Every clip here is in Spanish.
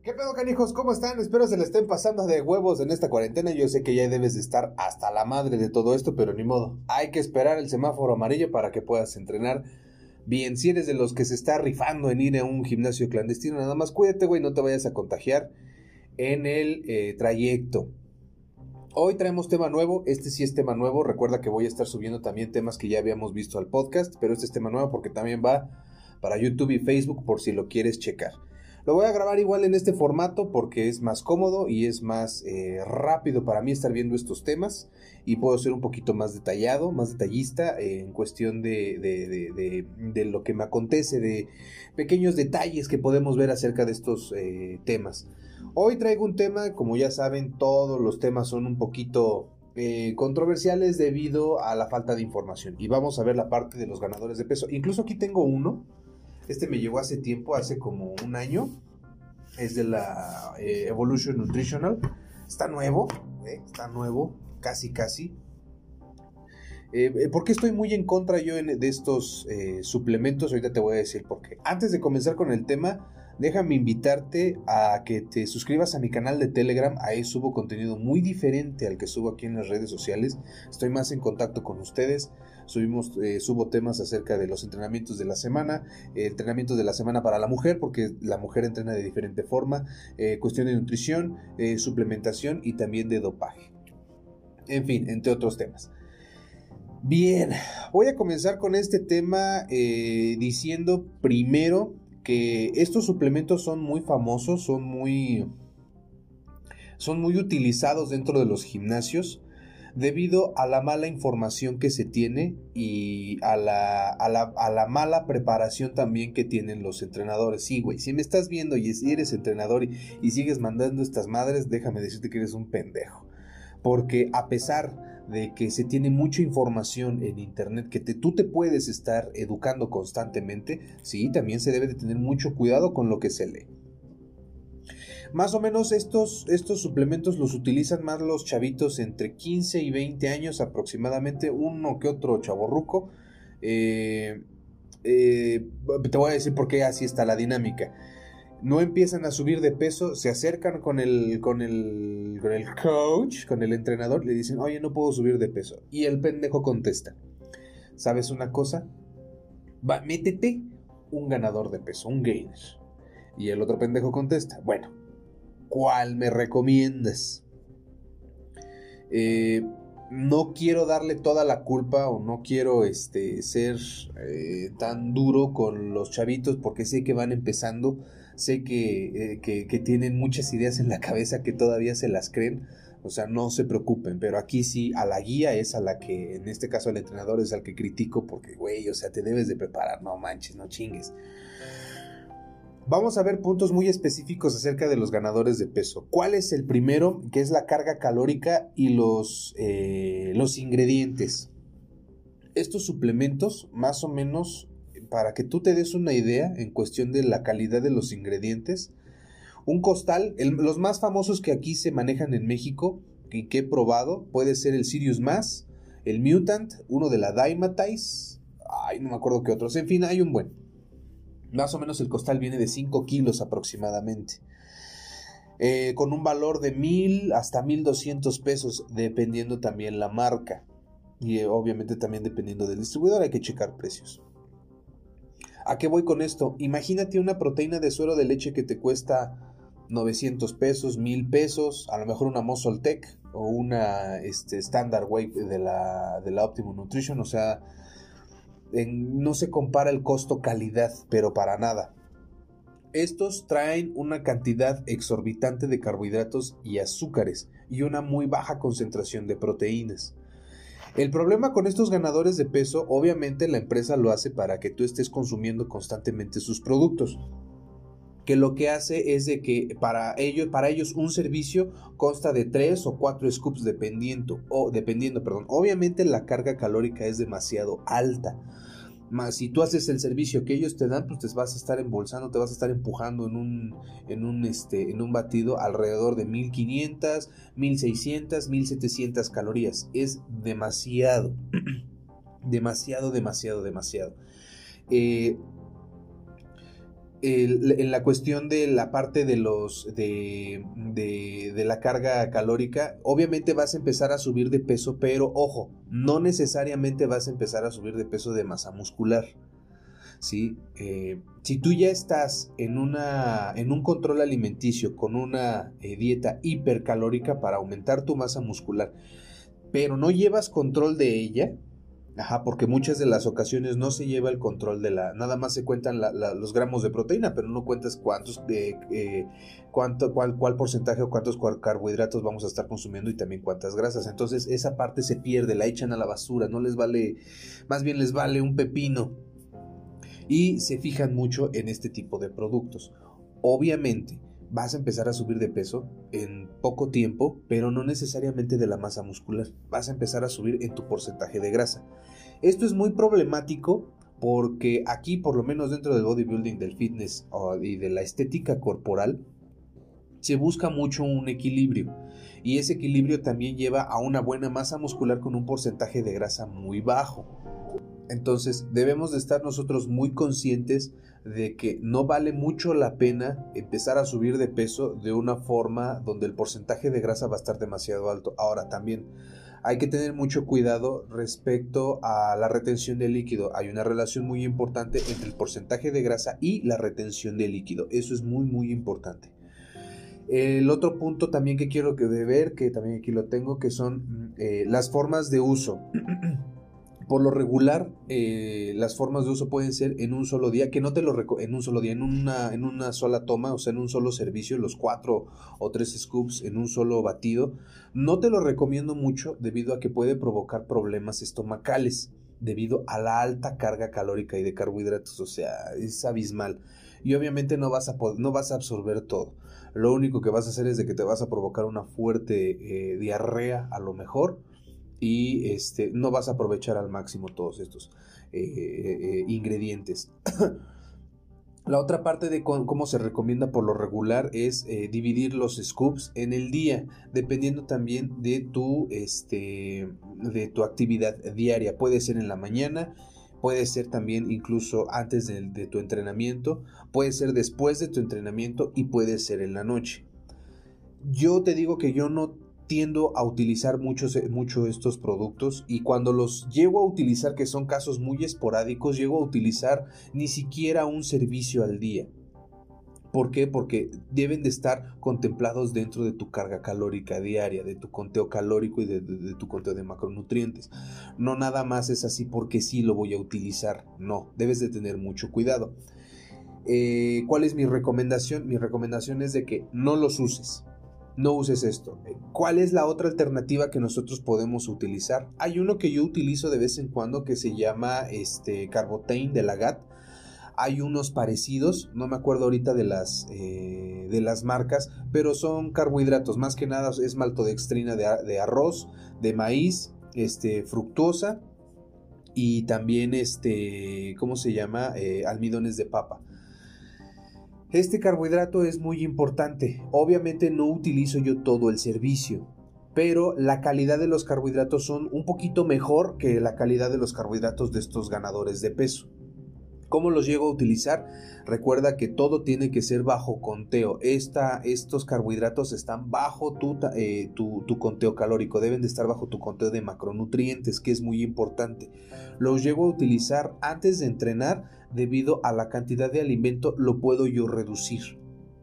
¿Qué pedo, canijos? ¿Cómo están? Espero se le estén pasando de huevos en esta cuarentena. Yo sé que ya debes de estar hasta la madre de todo esto, pero ni modo. Hay que esperar el semáforo amarillo para que puedas entrenar bien. Si eres de los que se está rifando en ir a un gimnasio clandestino, nada más cuídate, güey, no te vayas a contagiar en el trayecto. Hoy traemos tema nuevo, este sí es tema nuevo. Recuerda que voy a estar subiendo también temas que ya habíamos visto al podcast, pero este es tema nuevo porque también va para YouTube y Facebook por si lo quieres checar. Lo voy a grabar igual en este formato porque es más cómodo y es más rápido para mí estar viendo estos temas y puedo ser un poquito más detallado, más detallista en cuestión de lo que me acontece, de pequeños detalles que podemos ver acerca de estos temas. Hoy traigo un tema, como ya saben, todos los temas son un poquito controversiales debido a la falta de información y vamos a ver la parte de los ganadores de peso. Incluso aquí tengo uno. Este me llegó hace tiempo, hace como un año. Es de la Evolution Nutritional. Está nuevo, casi. ¿Por qué estoy muy en contra yo de estos suplementos? Ahorita te voy a decir por qué. Antes de comenzar con el tema, déjame invitarte a que te suscribas a mi canal de Telegram. Ahí subo contenido muy diferente al que subo aquí en las redes sociales. Estoy más en contacto con ustedes. Subo temas acerca de los entrenamientos de la semana, entrenamientos de la semana para la mujer, porque la mujer entrena de diferente forma, cuestión de nutrición, suplementación y también de dopaje. En fin, entre otros temas. Bien, voy a comenzar con este tema diciendo primero que estos suplementos son muy famosos, son muy utilizados dentro de los gimnasios debido a la mala información que se tiene y a la mala preparación también que tienen los entrenadores. Sí, güey, si me estás viendo y eres entrenador y sigues mandando estas madres, déjame decirte que eres un pendejo. Porque a pesar de que se tiene mucha información en internet, que tú te puedes estar educando constantemente, sí, también se debe de tener mucho cuidado con lo que se lee. Más o menos estos suplementos los utilizan más los chavitos entre 15 y 20 años aproximadamente, uno que otro chavorruco. Te voy a decir por qué así está la dinámica. No empiezan a subir de peso, se acercan con el coach, con el entrenador, le dicen, oye, no puedo subir de peso. Y el pendejo contesta, ¿sabes una cosa? Métete un ganador de peso, un gainer. Y el otro pendejo contesta, bueno, ¿cuál me recomiendas? No quiero darle toda la culpa o no quiero ser tan duro con los chavitos porque sé que van empezando, sé que tienen muchas ideas en la cabeza que todavía se las creen, o sea, no se preocupen, pero aquí sí a la guía es a la que, en este caso al entrenador es al que critico porque, güey, o sea, te debes de preparar, no manches, no chingues. Vamos a ver puntos muy específicos acerca de los ganadores de peso. ¿Cuál es el primero? Que es la carga calórica y los ingredientes. Estos suplementos, más o menos, para que tú te des una idea en cuestión de la calidad de los ingredientes, un costal, los más famosos que aquí se manejan en México y que he probado, puede ser el Sirius Más, el Mutant, uno de la Dymatize, no me acuerdo qué otros, en fin, hay un buen. Más o menos el costal viene de 5 kilos aproximadamente. Con un valor de 1,000 hasta 1,200 pesos, dependiendo también la marca. Y obviamente también dependiendo del distribuidor, hay que checar precios. ¿A qué voy con esto? Imagínate una proteína de suero de leche que te cuesta 900 pesos, 1,000 pesos, a lo mejor una Muscle Tech o una Standard Whey de la Optimum Nutrition, o sea, no se compara el costo-calidad, pero para nada. Estos traen una cantidad exorbitante de carbohidratos y azúcares y una muy baja concentración de proteínas. El problema con estos ganadores de peso, obviamente la empresa lo hace para que tú estés consumiendo constantemente sus productos, que lo que hace es de que para ellos un servicio consta de 3 o 4 scoops dependiendo. Obviamente la carga calórica es demasiado alta. Más si tú haces el servicio que ellos te dan, pues te vas a estar embolsando, te vas a estar empujando en un batido alrededor de 1,500, 1,600, 1,700 calorías. Es demasiado. demasiado. en la cuestión de la parte de de la carga calórica, obviamente vas a empezar a subir de peso, pero ojo, no necesariamente vas a empezar a subir de peso de masa muscular. ¿Sí? Si tú ya estás en un control alimenticio con una dieta hipercalórica para aumentar tu masa muscular, pero no llevas control de ella, porque muchas de las ocasiones no se lleva el control nada más se cuentan los gramos de proteína, pero no cuentas cuál porcentaje o cuántos carbohidratos vamos a estar consumiendo y también cuántas grasas. Entonces esa parte se pierde, la echan a la basura, no les vale, más bien les vale un pepino. Y se fijan mucho en este tipo de productos. Obviamente vas a empezar a subir de peso en poco tiempo, pero no necesariamente de la masa muscular. Vas a empezar a subir en tu porcentaje de grasa. Esto es muy problemático porque aquí, por lo menos dentro del bodybuilding, del fitness y de la estética corporal, se busca mucho un equilibrio. Y ese equilibrio también lleva a una buena masa muscular con un porcentaje de grasa muy bajo. Entonces debemos de estar nosotros muy conscientes de que no vale mucho la pena empezar a subir de peso de una forma donde el porcentaje de grasa va a estar demasiado alto. Ahora también hay que tener mucho cuidado respecto a la retención de líquido. Hay una relación muy importante entre el porcentaje de grasa y la retención de líquido. Eso es muy muy importante. El otro punto también que quiero ver, que también aquí lo tengo, que son las formas de uso. Por lo regular, las formas de uso pueden ser en un solo día, que no te lo en un solo día, en una sola toma, o sea, en un solo servicio, los 4 o 3 scoops en un solo batido. No te lo recomiendo mucho debido a que puede provocar problemas estomacales, debido a la alta carga calórica y de carbohidratos, o sea, es abismal. Y obviamente no vas a absorber todo. Lo único que vas a hacer es de que te vas a provocar una fuerte diarrea a lo mejor, y no vas a aprovechar al máximo todos estos ingredientes. La otra parte de cómo se recomienda por lo regular es dividir los scoops en el día, dependiendo también de tu actividad diaria. Puede ser en la mañana, puede ser también incluso antes de tu entrenamiento, puede ser después de tu entrenamiento y puede ser en la noche. Yo te digo que yo no tiendo a utilizar mucho estos productos, y cuando los llego a utilizar, que son casos muy esporádicos, llego a utilizar ni siquiera un servicio al día. ¿Por qué? Porque deben de estar contemplados dentro de tu carga calórica diaria, de tu conteo calórico y de tu conteo de macronutrientes. No nada más es así porque sí lo voy a utilizar, no, debes de tener mucho cuidado. ¿Cuál es mi recomendación? Mi recomendación es de que no los uses. No uses esto. ¿Cuál es la otra alternativa que nosotros podemos utilizar? Hay uno que yo utilizo de vez en cuando que se llama Carbotain de la GAT. Hay unos parecidos, no me acuerdo ahorita de las marcas, pero son carbohidratos, más que nada es maltodextrina de arroz, de maíz, fructosa y también ¿cómo se llama? Almidones de papa. Este carbohidrato es muy importante. Obviamente no utilizo yo todo el servicio, pero la calidad de los carbohidratos son un poquito mejor que la calidad de los carbohidratos de estos ganadores de peso. ¿Cómo los llego a utilizar? Recuerda que todo tiene que ser bajo conteo. Estos carbohidratos están bajo tu conteo calórico. Deben de estar bajo tu conteo de macronutrientes, que es muy importante. Los llego a utilizar antes de entrenar debido a la cantidad de alimento. Lo puedo yo reducir.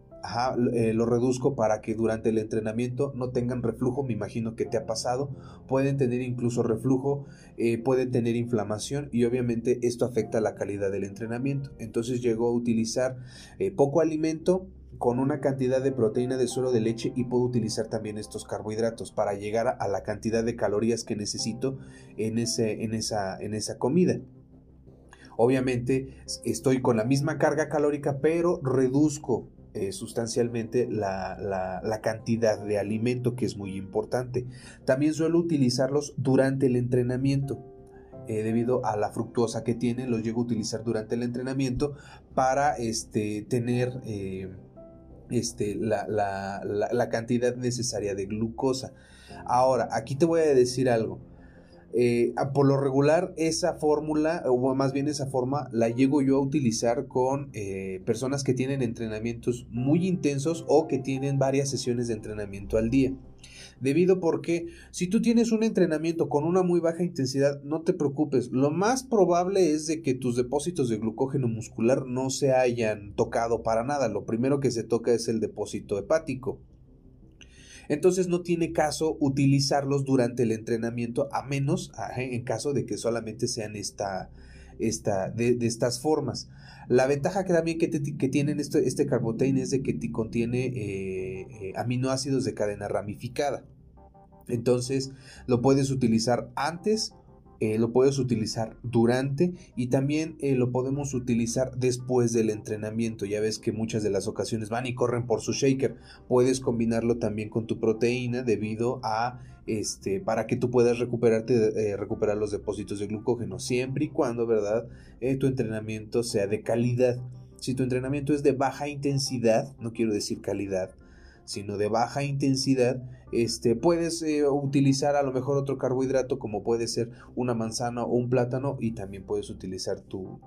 Lo reduzco para que durante el entrenamiento no tengan reflujo. Me imagino que te ha pasado. Pueden tener incluso reflujo, pueden tener inflamación, y obviamente esto afecta la calidad del entrenamiento. Entonces llego a utilizar poco alimento con una cantidad de proteína de suero de leche, y puedo utilizar también estos carbohidratos para llegar a la cantidad de calorías que necesito en esa comida. Obviamente estoy con la misma carga calórica, pero reduzco sustancialmente la cantidad de alimento, que es muy importante. También suelo utilizarlos durante el entrenamiento. Debido a la fructosa que tienen, los llego a utilizar durante el entrenamiento para tener la cantidad necesaria de glucosa. Ahora, aquí te voy a decir algo. Por lo regular, esa fórmula, o más bien esa forma, la llego yo a utilizar con personas que tienen entrenamientos muy intensos o que tienen varias sesiones de entrenamiento al día. Debido porque si tú tienes un entrenamiento con una muy baja intensidad, no te preocupes. Lo más probable es de que tus depósitos de glucógeno muscular no se hayan tocado para nada. Lo primero que se toca es el depósito hepático. Entonces no tiene caso utilizarlos durante el entrenamiento, a menos en caso de que solamente sean de estas formas. La ventaja que también que tienen este Carbotain es de que contiene aminoácidos de cadena ramificada. Entonces lo puedes utilizar antes, lo puedes utilizar durante y también lo podemos utilizar después del entrenamiento. Ya ves que muchas de las ocasiones van y corren por su shaker. Puedes combinarlo también con tu proteína debido a para que tú puedas recuperar los depósitos de glucógeno, siempre y cuando, ¿verdad? Tu entrenamiento sea de calidad. Si tu entrenamiento es de baja intensidad, no quiero decir calidad, sino de baja intensidad, puedes utilizar a lo mejor otro carbohidrato como puede ser una manzana o un plátano, y también puedes utilizar tu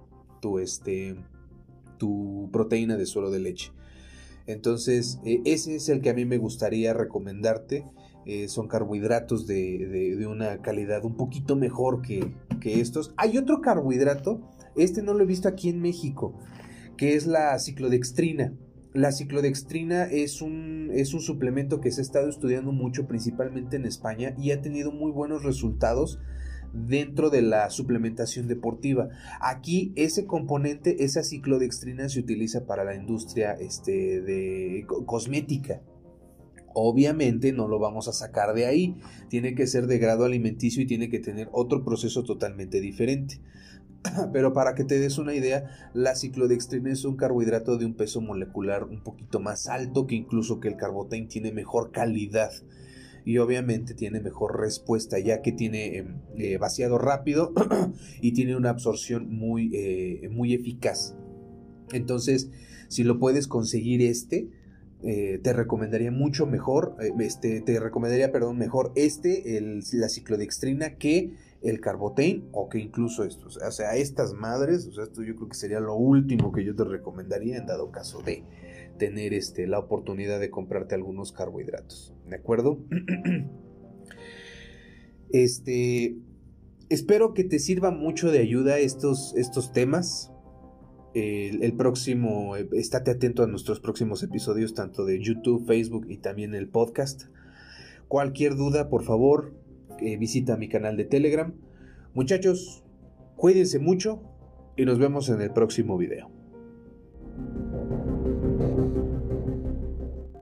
proteína de suero de leche. Entonces ese es el que a mí me gustaría recomendarte. Son carbohidratos de una calidad un poquito mejor que estos. Hay otro carbohidrato, no lo he visto aquí en México, que es la ciclodextrina. La ciclodextrina es un suplemento que se ha estado estudiando mucho, principalmente en España, y ha tenido muy buenos resultados dentro de la suplementación deportiva. Aquí ese componente, esa ciclodextrina, se utiliza para la industria de cosmética. Obviamente no lo vamos a sacar de ahí, tiene que ser de grado alimenticio y tiene que tener otro proceso totalmente diferente. Pero para que te des una idea, la ciclodextrina es un carbohidrato de un peso molecular un poquito más alto que incluso que el Carbotain. Tiene mejor calidad y obviamente tiene mejor respuesta, ya que tiene vaciado rápido y tiene una absorción muy, muy eficaz. Entonces, si lo puedes conseguir te recomendaría mucho mejor, mejor la ciclodextrina que el Carbotain, o que incluso estos. O sea, estas madres, esto yo creo que sería lo último que yo te recomendaría en dado caso de tener la oportunidad de comprarte algunos carbohidratos. ¿De acuerdo? Espero que te sirva mucho de ayuda estos temas. Estate atento a nuestros próximos episodios, tanto de YouTube, Facebook y también el podcast. Cualquier duda, por favor, visita mi canal de Telegram. Muchachos, cuídense mucho y nos vemos en el próximo video.